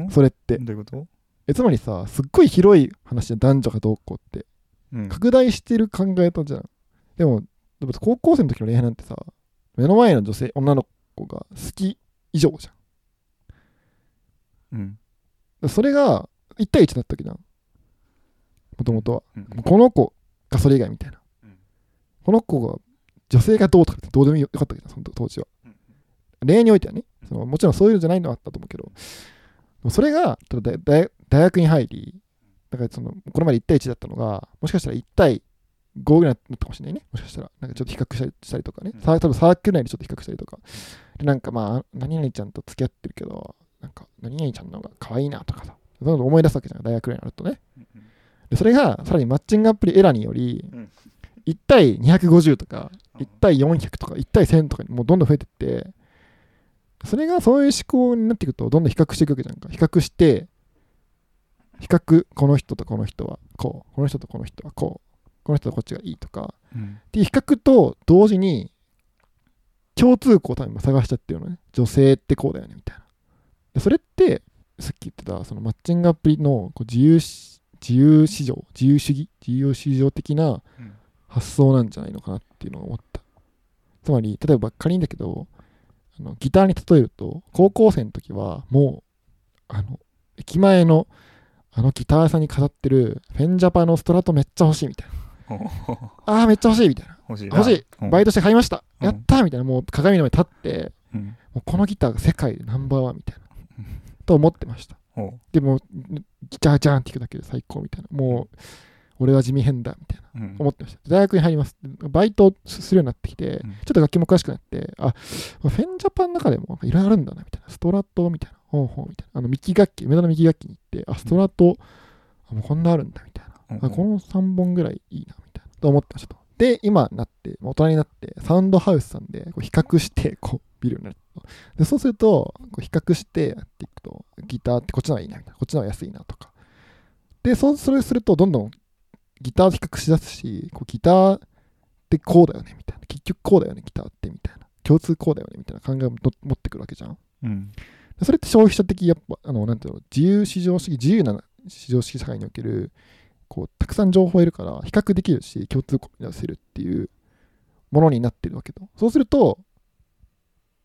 それって。 どういうこと？ つまりさ、すっごい広い話で男女がどうこうって、拡大してる考え方じゃん。でも、高校生の時の恋愛なんてさ、目の前の女の子が好き以上じゃん。それが1対1だったわけじゃん。もともとは、この子がそれ以外みたいな、この子が女性がどうとかってどうでもよかったけど、その当時は、恋愛においてはね、もちろんそういうのじゃないのはあったと思うけど、それが大学に入り、だからこれまで1対1だったのがもしかしたら1対5ぐらいになったかもしれないね。もしかしたらなんかちょっと比較したりとかね、多分サークル内でちょっと比較したりとかで、なんか何々ちゃんと付き合ってるけど、なんか何々ちゃんの方が可愛いなとかさ、そういうの思い出すわけじゃん、大学ぐらいになるとね。でそれがさらにマッチングアプリエラーにより、1対250とか1対400とか1対1000とかにもうどんどん増えていって、それがそういう思考になっていくとどんどん比較していくわけじゃんか。比較してこの人とこの人はこう、この人とこの人はこう、この人とこっちがいいとか、っていう比較と同時に共通項を多分探しちゃってるのね。女性ってこうだよねみたいな。でそれってさっき言ってたそのマッチングアプリの自由主義的な発想なんじゃないのかなっていうのを思った。つまり例えば仮にだけど、ギターに例えると、高校生の時はもう駅前のギター屋さんに飾ってるフェンジャパのストラトめっちゃ欲しいみたいな。めっちゃ欲しいみたいな。欲しい、バイトして買いました、やったーみたいな。もう鏡の前に立って、もうこのギターが世界でナンバーワンみたいなと思ってました。でもギタージャーンって弾くだけで最高みたいな。もう俺は地味変だみたいな思ってました。大学に入ります。バイトするようになってきて、ちょっと楽器も詳しくなって、フェンジャパンの中でもいろいろあるんだなみたいな。ストラトみたいな。みたいな。幹楽器、梅田の幹楽器に行って、ストラト、もうこんなあるんだみたいな。この3本ぐらいいいなみたいな。と思ってましたと。で、今なって、大人になって、サウンドハウスさんで比較して、見るようになると。で、そうすると、比較してやっていくと、ギターってこっちの方がいいなみたいな。こっちの方が安いなとか。で、それすると、どんどんギターを比較しだすし、ギターってこうだよねみたいな。結局こうだよね、ギターってみたいな。共通こうだよねみたいな考えを持ってくるわけじゃん。それって消費者的、やっぱ、なんていうの、自由な市場主義社会における、たくさん情報を得るから、比較できるし、共通項に出せるっていうものになってるわけと。そうすると、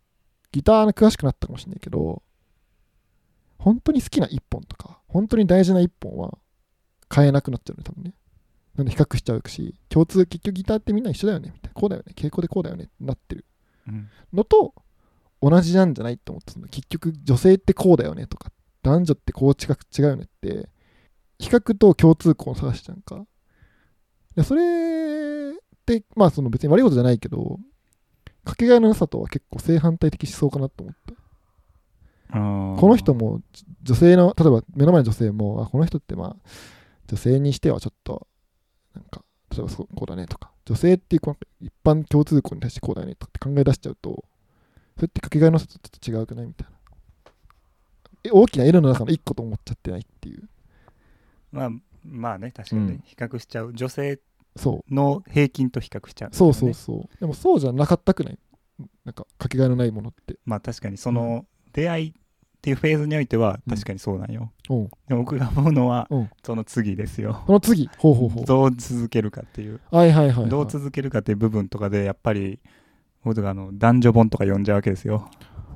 ギターの詳しくなったかもしれないけど、本当に好きな一本とか本当に大事な一本は変えなくなっちゃうね、多分ね。なんで比較しちゃうし、共通、結局ギターってみんな一緒だよねみたいな、こうだよね、傾向でこうだよねってなってるのと同じなんじゃないって思って、その結局女性ってこうだよねとか男女ってこう違うよねって比較と共通項を探しちゃうか。でそれってまあその別に悪いことじゃないけど、かけがえのなさとは結構正反対的思想かなと思った。この人も女性の、例えば目の前の女性も、この人ってまあ女性にしてはちょっとなんか例えばこうだねとか、女性っていうこの一般共通項に対してこうだよねとかって考え出しちゃうと、それってかけがえのなさとちょっと違うくないみたいな。大きな L の中の一個と思っちゃってないっていう。 まあね、確かに、ね、比較しちゃう。女性の平均と比較しちゃう、ね、 そうそうそう。でもそうじゃなかったくない？なんかかけがえのないものって。 まあ確かにその出会いっていうフェーズにおいては確かにそうなんよ。でも僕が思うのはその次ですよ。 その次、ほうどう続けるかっていう。どう続けるかっていう部分とかでやっぱり僕が男女本とか読んじゃうわけですよ。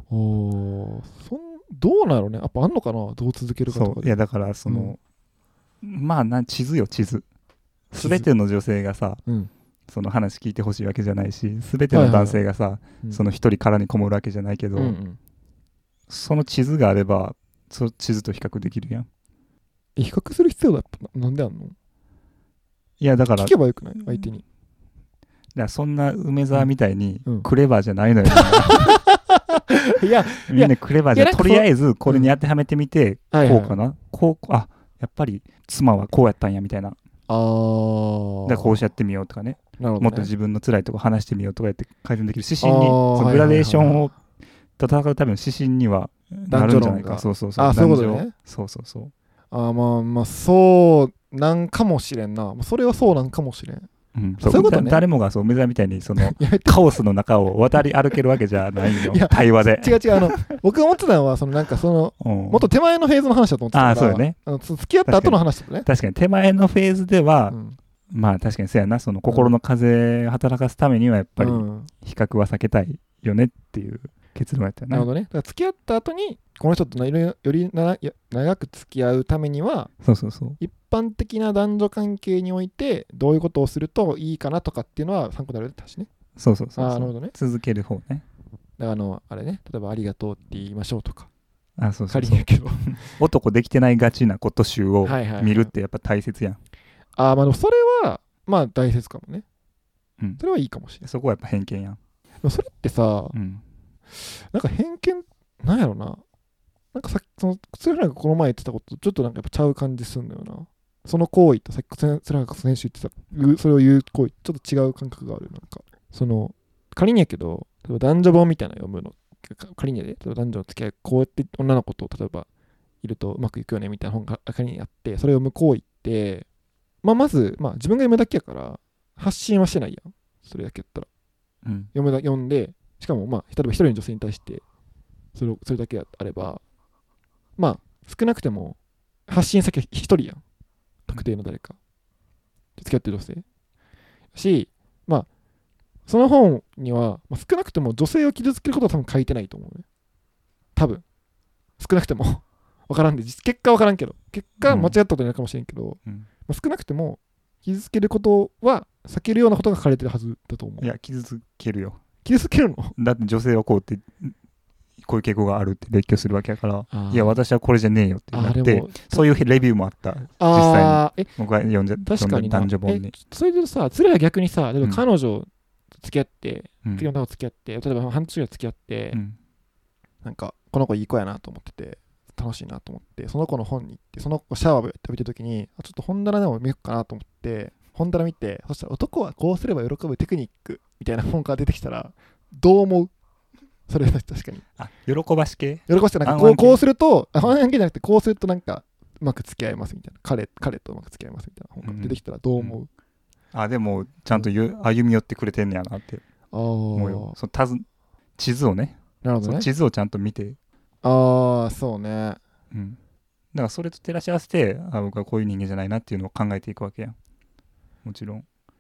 どうなのね。やっぱあんのかな、どう続けるかとか。 そういやだからその、まあ地図よ、地図。全ての女性がさ、その話聞いてほしいわけじゃないし、全ての男性がさ、その一人殻にこもるわけじゃないけど、その地図があればその地図と比較できるやん。 比較する必要だった。なんであんの？ いやだから聞けばよくない？相手に。 だからそんな梅沢みたいにクレバーじゃないのよ、いやみんなクレバーじゃとりあえずこれに当てはめてみて、こうかな、こう、やっぱり妻はこうやったんやみたいな、だからこうしやってみようとかね、もっと自分の辛いとこ話してみようとかやって改善できる指針に、そのグラデーションをと戦うための指針にはなるんじゃないか。そうそうそう。 そういうことね。 そうそうそう。 まあそうなんかもしれんな。それはそうなんかもしれん。 そういうことね。誰もが梅沢みたいにそのカオスの中を渡り歩けるわけじゃないよ。対話で。 違う僕が思ってたのはなんかもっと手前のフェーズの話だと思ってたから。 そうよね。 付き合った後の話だとね。 確かに手前のフェーズでは、まあ確かにそうやな、その心の風を働かすためにはやっぱり比較は避けたいよねっていう結論やったよね。 なるほどね。だから付き合った後にこの人とより長く付き合うためには、一般的な男女関係においてどういうことをするといいかなとかっていうのは参考になるしね。 そう。 なるほどね。 続ける方ね。 だからあれね、例えばありがとうって言いましょうとか。 そう仮に言うけど男できてないがちなこと集を見るってやっぱ大切やん。 まあでもそれはまあ大切かもね。それはいいかもしれない。 そこはやっぱ偏見やん。 それってさ、なんか偏見なんやろな。なんかさっき鶴原がこの前言ってたこととちょっとなんかやっぱちゃう感じするんだよな。その行為とさっき鶴原が先週言ってたそれを言う行為ちょっと違う感覚がある。なんか仮にやけど、例えば男女本みたいなの読むの仮にやで、例えば男女の付き合いこうやって女の子と例えばいるとうまくいくよねみたいな本が仮にあって、それを読む行為ってまず自分が読むだけやから発信はしてないやん。それだけやったら、読んで、しかも例えば一人の女性に対してそれだけあれば、少なくても発信先は一人やん。特定の誰か付き合ってる女性し、その本には、少なくとも女性を傷つけることは多分書いてないと思うね。多分少なくても分からんで、結果分からんけど、結果間違ったことになるかもしれんけど、少なくても傷つけることは避けるようなことが書かれてるはずだと思う。 いや、傷つけるよ。 傷つけるの？ だって女性はこういう傾向があるって列挙するわけやから、いや私はこれじゃねえよってなって、そういうレビューもあった。実際に僕が読んで確かに男女本に。 それでさ、それは逆にさ、例えば彼女付き合って、例えば半年ぐらい付き合って、なんかこの子いい子やなと思ってて楽しいなと思って、その子の本に行って、その子シャワーを浴びてる時にちょっと本棚でも見ようかなと思って本棚見て、そしたら男はこうすれば喜ぶテクニックみたいな本が出てきたらどう思う？それは確かに喜ばし系？ 喜ばし系なんかこうすると半々系じゃなくて、こうするとなんかうまく付き合えますみたいな、彼とうまく付き合えますみたいな本が出てきたらどう思う？ でもちゃんと歩み寄ってくれてんねやなって思うよ。地図をね。なるほどね。地図をちゃんと見て。 そうね。 だからそれと照らし合わせて、僕はこういう人間じゃないなっていうのを考えていくわけやん。もちろん。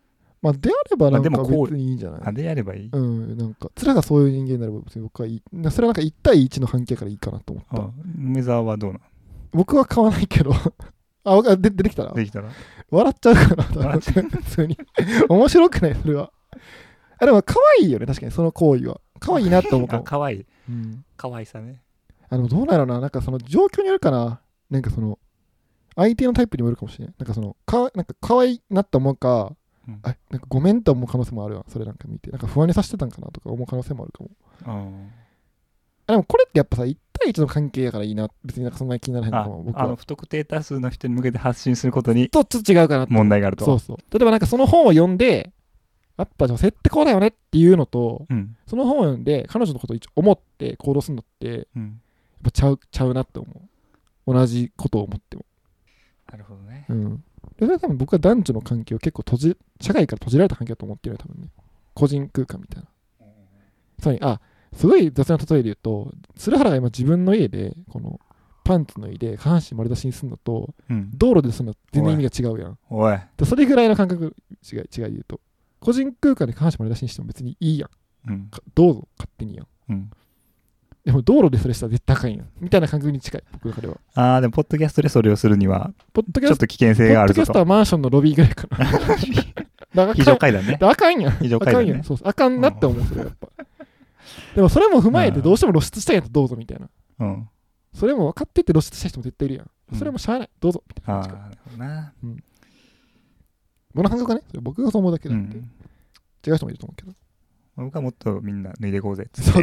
まあであればなんか別にいいんじゃない、 であればいい。 なんか面がそういう人間になれば別に僕はいい。それはなんか1対1の関係からいいかなと思った。 梅沢はどうなの？ 僕は買わないけど出てきたら笑っちゃうかな普通に面白くない？それはでも可愛いよね、確かにその行為は可愛いなって思うかも。 可愛い、可愛さね。 どうなのな、なんかその状況によるかな。なんかその相手のタイプにもよるかもしれない。なんかそのなんか可愛いなって思うか、なんかごめんって思う可能性もあるわ。それなんか見てなんか不安にさせてたんかなとか思う可能性もあるかも。でもこれってやっぱさ1対1の関係やからいいな、別になんかそんなに気にならへんのかも。僕は不特定多数の人に向けて発信することにちょっと違うかな問題があると。 そうそう。例えばなんかその本を読んでやっぱ女性ってこうだよねっていうのと、その本を読んで彼女のことを思って行動するのって、やっぱちゃうなって思う。同じことを思っても。 なるほどね。 それは多分僕は男女の関係を結構社会から閉じられた関係だと思ってるよ、多分ね。個人空間みたいな。つまりすごい雑な例えで言うと、鶴原が今自分の家でこのパンツの家で下半身丸出しにするのと、道路でするの全然意味が違うやん。それぐらいの感覚違い言うと、個人空間で下半身丸出しにしても別にいいやん。どうぞ勝手にやん。でも道路でそれしたら絶対高いんやんみたいな感覚に近い、僕の中では。 でもポッドキャストでそれをするにはちょっと危険性があるぞと。 ポッドキャストはマンションのロビーぐらいかな。 非常階段ね。 あかんやん。 非常階段ね。 そうあかんなって思う、それやっぱ。でもそれも踏まえてどうしても露出したいやつどうぞみたいな。それも分かってて露出した人も絶対いるやん。それもしゃあない、どうぞみたいな感じか。どの感覚かね、僕がそう思うだけだって。違う人もいると思うけど。 僕はもっとみんな脱いでこうぜっつって。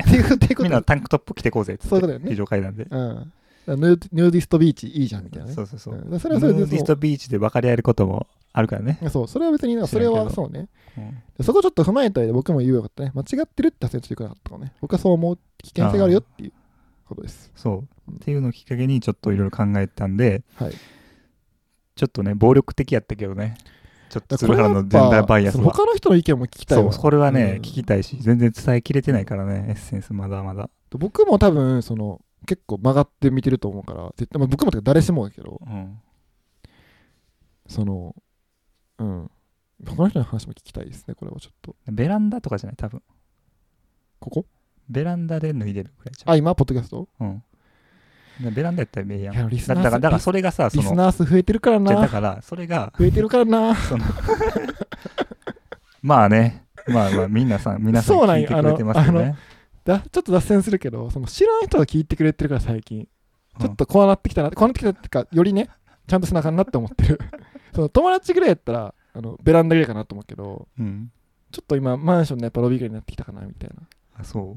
みんなタンクトップ着てこうぜっつって。 そういうことだよね。 非常階段で。 ヌーディストビーチいいじゃんみたいなね。 そう。それはそれでヌーディストビーチで分かり合えることもあるからね。 そう、それは別に、それはそうね。そこちょっと踏まえたいで僕も言うよかったね。間違ってるって発言してくれなかったのね。僕はそう思う危険性があるよっていうことです。 そう。っていうのをきっかけにちょっといろいろ考えたんで、ちょっとね、暴力的やったけどね。ちょっと鶴原のジェンダーバイアスは他の人の意見も聞きたいわ。 そう、これはね、聞きたいし、全然伝えきれてないからね、エッセンスまだまだ。 僕も多分結構曲がって見てると思うから、絶対、僕も誰しもだけど、他の人の話も聞きたいですね、これはちょっと。 ベランダとかじゃない、多分。 ここ？ ベランダで脱いでるくらいじゃん。 今、ポッドキャスト？ ベランダやったらええやん。 だからそれがさ、 リスナー数増えてるからな。 だからそれが増えてるからな。 まあね、まあ皆さん聞いてくれてますよね。 ちょっと脱線するけど、知らん人が聞いてくれてるから最近。ちょっとこうなってきたっていうか、よりね、ちゃんとしなあかんなって思ってる。友達ぐらいやったら、ベランダぐらいかなと思うけど、ちょっと今、マンションのやっぱロビーぐらいになってきたかなみたいな。 そう。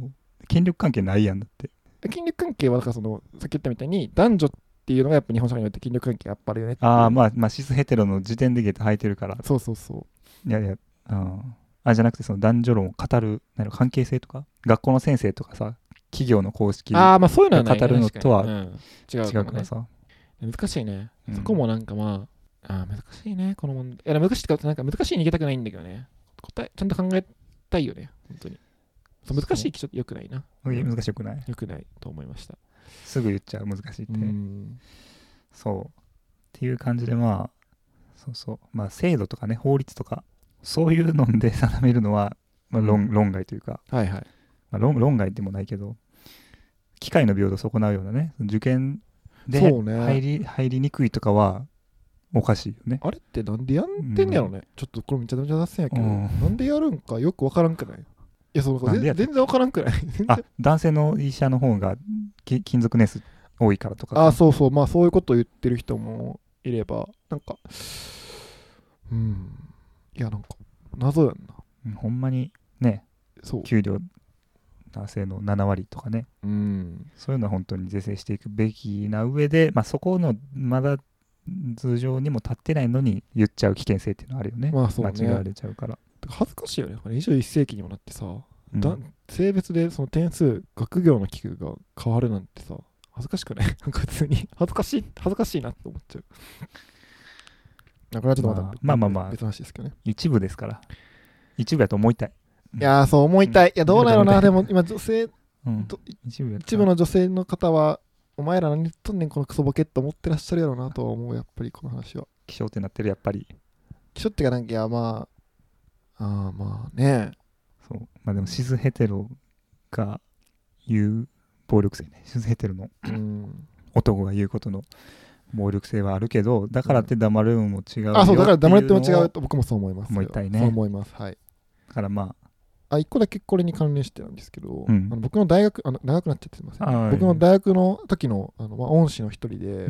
権力関係ないやんだって。 権力関係はだからさっき言ったみたいに男女っていうのがやっぱ日本社会において権力関係がやっぱあるよねって。 まあシスヘテロの時点でゲタ履いてるから。 そう。 いやじゃなくてその男女論を語る関係性とか、学校の先生とかさ、企業の公式まあそういうのは語るのとは違うからさ。 難しいね。そこもなんか難しいねこの問題。いや難しいってかなんか難しいに逃げたくないんだけどね。答えちゃんと考えたいよね本当に。難しいちょっと良くないな。 難しくない？ 良くないと思いました。 すぐ言っちゃう難しいって。そうっていう感じで制度とかね、法律とかそういうので定めるのは論外というか、論外でもないけど、機会の平等を損なうようなね、受験で入りにくいとかはおかしいよね。 あれってなんでやってんねやろね。ちょっとこれめちゃめちゃ脱線やけど、なんでやるんかよくわからんくない？いや全然わからんくない？ 男性の医者の方が金属年数多いからとか。 そういうことを言ってる人もいれば、なんかいやなんか謎やんな。 ほんまにね、給料男性の7割とかね、そういうのは本当に是正していくべきな上で、そこのまだ通常にも立ってないのに言っちゃう危険性っていうのはあるよね。間違われちゃうから。 恥ずかしいよね。21世紀にもなってさ、性別でその点数、学業の器具が変わるなんてさ、恥ずかしくない？なんか普通に恥ずかしいなって思っちゃう。これはちょっとまた別の話ですけどね。 一部ですから。一部だと思いたい。 いやそう思いたい。いやどうなのな。でも今女性、一部の女性の方はお前ら何言っとんねんこのクソボケって思ってらっしゃるやろうなとは思う。やっぱりこの話は気象ってなってる。やっぱり気象ってかなんかまあね。 そう。まあでもシズヘテロが言う暴力性ね。シズヘテロの、男が言うことの暴力性はあるけど、だからって黙るのも違うよ。 そう、だから黙るっても違うと僕もそう思います。 思いたいね。 そう思います。はい。 だからまあ、一個だけこれに関連してなんですけど、僕の大学、長くなっちゃってすみません。僕の大学の時の恩師の一人で、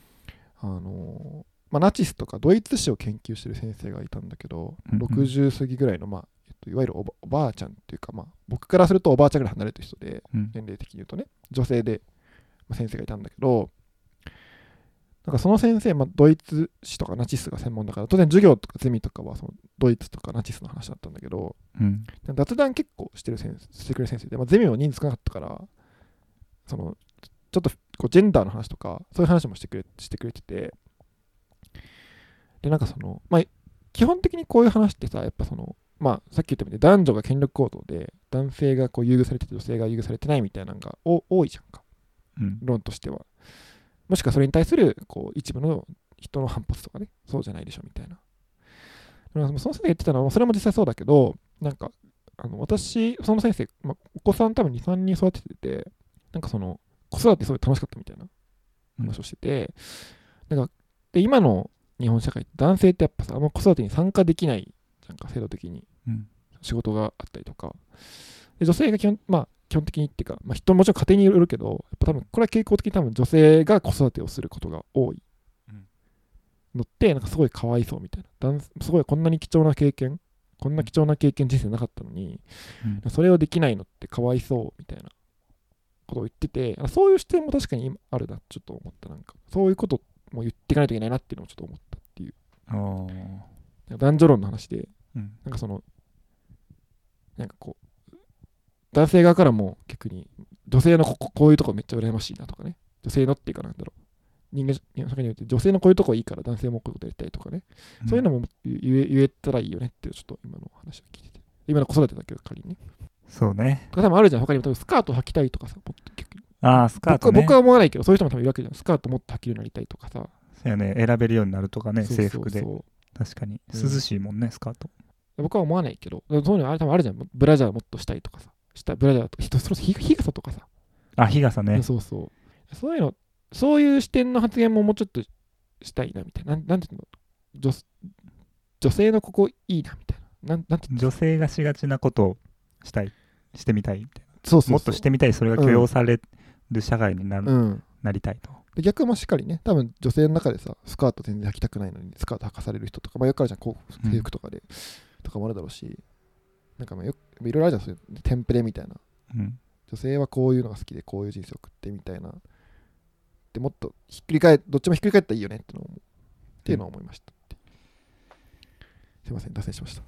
ナチスとかドイツ史を研究してる先生がいたんだけど、60過ぎぐらいの、いわゆるおばあちゃんっていうか、僕からするとおばあちゃんぐらい離れてる人で、年齢的に言うとね、女性で、先生がいたんだけど、なんかその先生、ドイツ史とかナチスが専門だから、当然授業とかゼミとかはそのドイツとかナチスの話だったんだけど、雑談結構してくれる先生で、ゼミも人数少なかったから、そのちょっとこうジェンダーの話とか、そういう話もしてくれてて、で、なんかその、基本的にこういう話ってさ、やっぱその、さっき言ったみたいに男女が権力構造で、男性がこう優遇されてて女性が優遇されてないみたいなのが多いじゃんか、論としては。もしくはそれに対するこう一部の人の反発とかね、そうじゃないでしょみたいな。その先生が言ってたのは、それも実際そうだけど、なんか、私、その先生、お子さん多分2、3人育ててて、なんかその、子育てすごい楽しかったみたいな話をしてて、なんか、で、今の日本社会、男性ってやっぱさ、子育てに参加できないじゃんか、制度的に。仕事があったりとか。で、女性が基本的にっていうか、人もちろん家庭によるけど、やっぱ多分これは傾向的に多分女性が子育てをすることが多いのって、なんかすごいかわいそうみたいな。すごいこんなに貴重な経験人生なかったのに、それをできないのってかわいそうみたいなことを言ってて、そういう視点も確かに今あるな、ちょっと思った。なんかそういうことも言っていかないといけないなっていうのもちょっと思ったっていう。男女論の話で、なんかその、なんかこう、男性側からも逆に女性のこういうとこめっちゃ羨ましいなとかね、女性のっていうかなんだろう、人間社会において女性のこういうとこいいから男性もこういうことやりたいとかね、そういうのも言えたらいいよねってちょっと今の話を聞いてて、今の子育てだけど仮にね。 そうね。 多分あるじゃん、他にも多分スカート履きたいとかさ、もっと逆に。 スカートね。 僕は思わないけど、そういう人も多分いるわけじゃん。スカートもっと履けるようになりたいとかさ。 そうやね、選べるようになるとかね、制服で。確かに。涼しいもんね、スカート。 僕は思わないけど、そういうの多分あるじゃん。ブラジャーもっとしたいとかさ。ブラジャーと、日傘とかさ。 日傘ね。 そういう視点の発言ももうちょっとしたいなみたいな。なんていうの、女性のここいいなみたいな。なんて女性がしがちなことをしてみたいみたいな。もっとしてみたい、それが許容される社会になりたいと。 で逆もしっかりね、多分女性の中でさ、スカート全然履きたくないのにスカート履かされる人とか、よくあるじゃん、こう制服とかで、とかもあるだろうし、なんかいろいろあるじゃん、そういうテンプレみたいな。女性はこういうのが好きで、こういう人生を送ってみたいな。でもっとどっちもひっくり返ったらいいよねっていうのを思いました。すいません、脱線しました。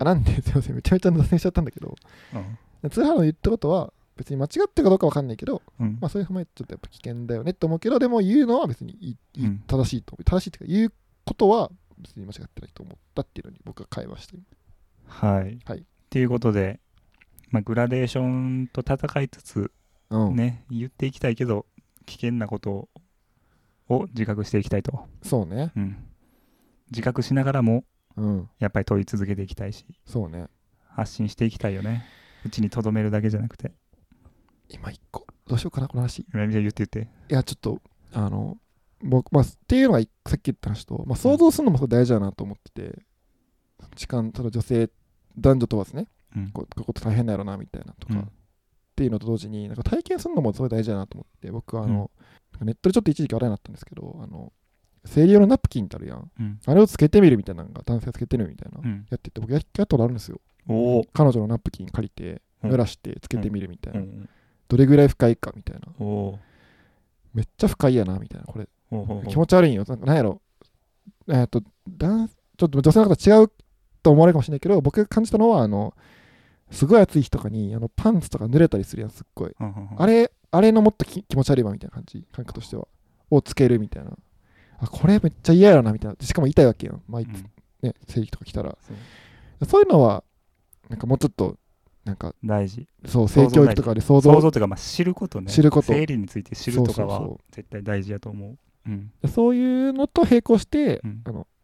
なんですいません、めちゃめちゃ脱線しちゃったんだけど、ツーハーの言ったことは、別に間違ってるかどうか分かんないけど、そういう踏まえてちょっとやっぱ危険だよねって思うけど、でも言うのは別に正しいと思う。正しいっていうか、言うことは別に間違ってないと思ったっていうのに僕は変えました。 はい。っていうことで、グラデーションと戦いつつ、ね、言っていきたいけど、危険なことを自覚していきたいと。 そうね。 自覚しながらも、やっぱり問い続けていきたいし、 そうね。 発信していきたいよね。うちに留めるだけじゃなくて。 今一個どうしようかなこの話。 言って。いやちょっと僕っていうのがさっき言った話と、想像するのもすごい大事だなと思ってて、女性男女問わずね、こういうこと大変だよなみたいなとか、っていうのと同時になんか体験するのもすごい大事だなと思って、僕はネットでちょっと一時期話題になったんですけど、生理用のナプキンってあるやん、あれをつけてみるみたいなのが男性がつけてるみたいな、やってて僕やったことあるんですよ。彼女のナプキン借りて濡らしてつけてみるみたいな、どれぐらい深いかみたいな、めっちゃ深いやなみたいな、これ気持ち悪いんよ。なんやろ、ちょっと女性の方違うと思われるかもしれないけど、僕が感じたのはすごい暑い日とかにパンツとか濡れたりするやん、すっごい、あれのもっと気持ち悪いわみたいな感覚としてはをつけるみたいな、これめっちゃ嫌やなみたいな、しかも痛いわけやん、ね、生理とか来たら、そういうのはなんかもうちょっとなんか大事。 そう、性教育とかで想像というか、知ることね。生理について知るとかは絶対大事やと思う。 そういうのと並行して、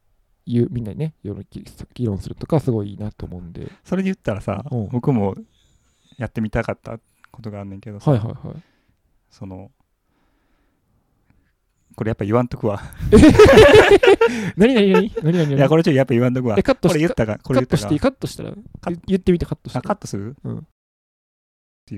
みんなにね議論するとかすごいいいなと思うんで。 それで言ったらさ、僕もやってみたかったことがあんねんけどさ、はいはいはい、 そのこれやっぱ言わんとくわ。 何いやこれちょっとやっぱ言わんとくわ。 カットしてこれ言ったか、これ言ったか。 カットしたら言ってみて、カットして。 カットする？ うん。 っていう。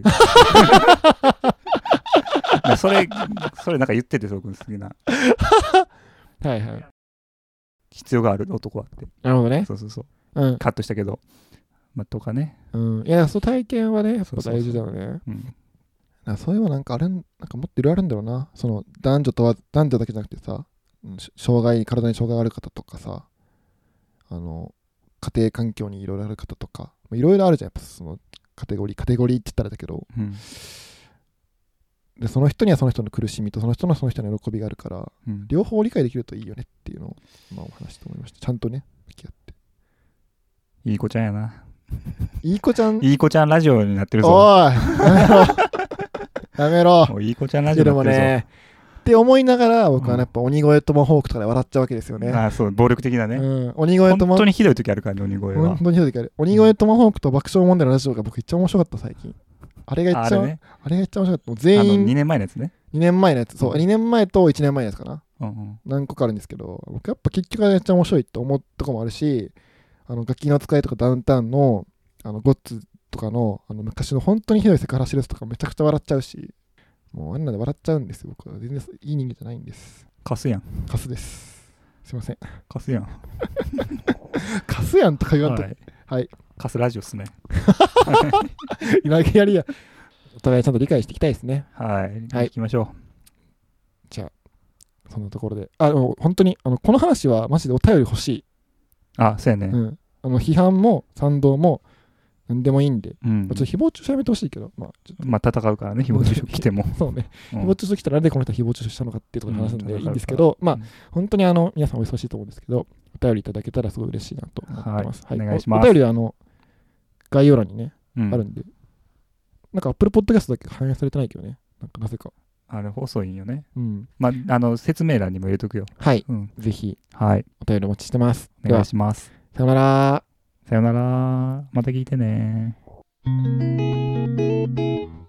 それなんか言ってて、僕好きな。 はいはい。 必要がある男はって。 なるほどね。 そうそうそう。 うん、 カットしたけど、まあ、とかね。 うん。いや、そう体験はね、やっぱ大事だよね。そういうのなんかあれ、なんかもっといろいろあるんだろうな。その男女だけじゃなくてさ、体に障害がある方とかさ、家庭環境にいろいろある方とか、いろいろあるじゃん。やっぱそのカテゴリーって言ったらだけど、でその人にはその人の苦しみとその人の喜びがあるから、両方理解できるといいよねっていうのを、お話して思いました。ちゃんとね、向き合って。 いい子ちゃんやな。 いい子ちゃんラジオになってるぞ。 おいやめろ。 いい子ちゃんラジオになってるぞ。 ねって思いながら僕はやっぱ鬼越トマホークとかで笑っちゃうわけですよね。 ああ、そう、暴力的なね。 鬼越トマ本当にひどい時あるからね、鬼越は。 本当にひどい時ある。鬼越トマホークと爆笑問題のラジオが僕一番面白かった最近。あれが一番面白かった。全員 2年前のやつね。 2年前のやつ、そう、2年前と1年前のやつかな。何個かあるんですけど、僕やっぱ結局めっちゃ面白いと思うとこもあるし、ガキの使いとかダウンタウンのゴッツとかの昔の本当にひどいセクハラシレスとかめちゃくちゃ笑っちゃうし、もうあんなで笑っちゃうんですよ。僕は全然いい人間じゃないんです。 カスやん。 カスです。すいません。 カスやん。 カスやんとか言わんと。はい。 カスラジオっすね。 今やりや。お互いちゃんと理解していきたいですね。 はい。行きましょう。 じゃあ、そんなところで。本当に、この話はマジでお便り欲しい。 あ、そうやね。 批判も賛同も何でもいいんで、ちょっと誹謗中傷やめてほしいけど、 まあ戦うからね、誹謗中傷来ても。 そうね。誹謗中傷来たらなんでこの人誹謗中傷したのかっていうところで話すんでいいんですけど、本当に皆さんお忙しいと思うんですけど、お便りいただけたらすごい嬉しいなと思ってます。 お願いします。 お便りは概要欄にね、あるんで、なんか Apple Podcast だけ反映されてないけどね、なぜか。 あれ細いんよね。まあ、説明欄にも入れとくよ。 はい。ぜひ、 はい。 お便りお待ちしてます。 お願いします。 さよなら。 さよなら。また聞いてね。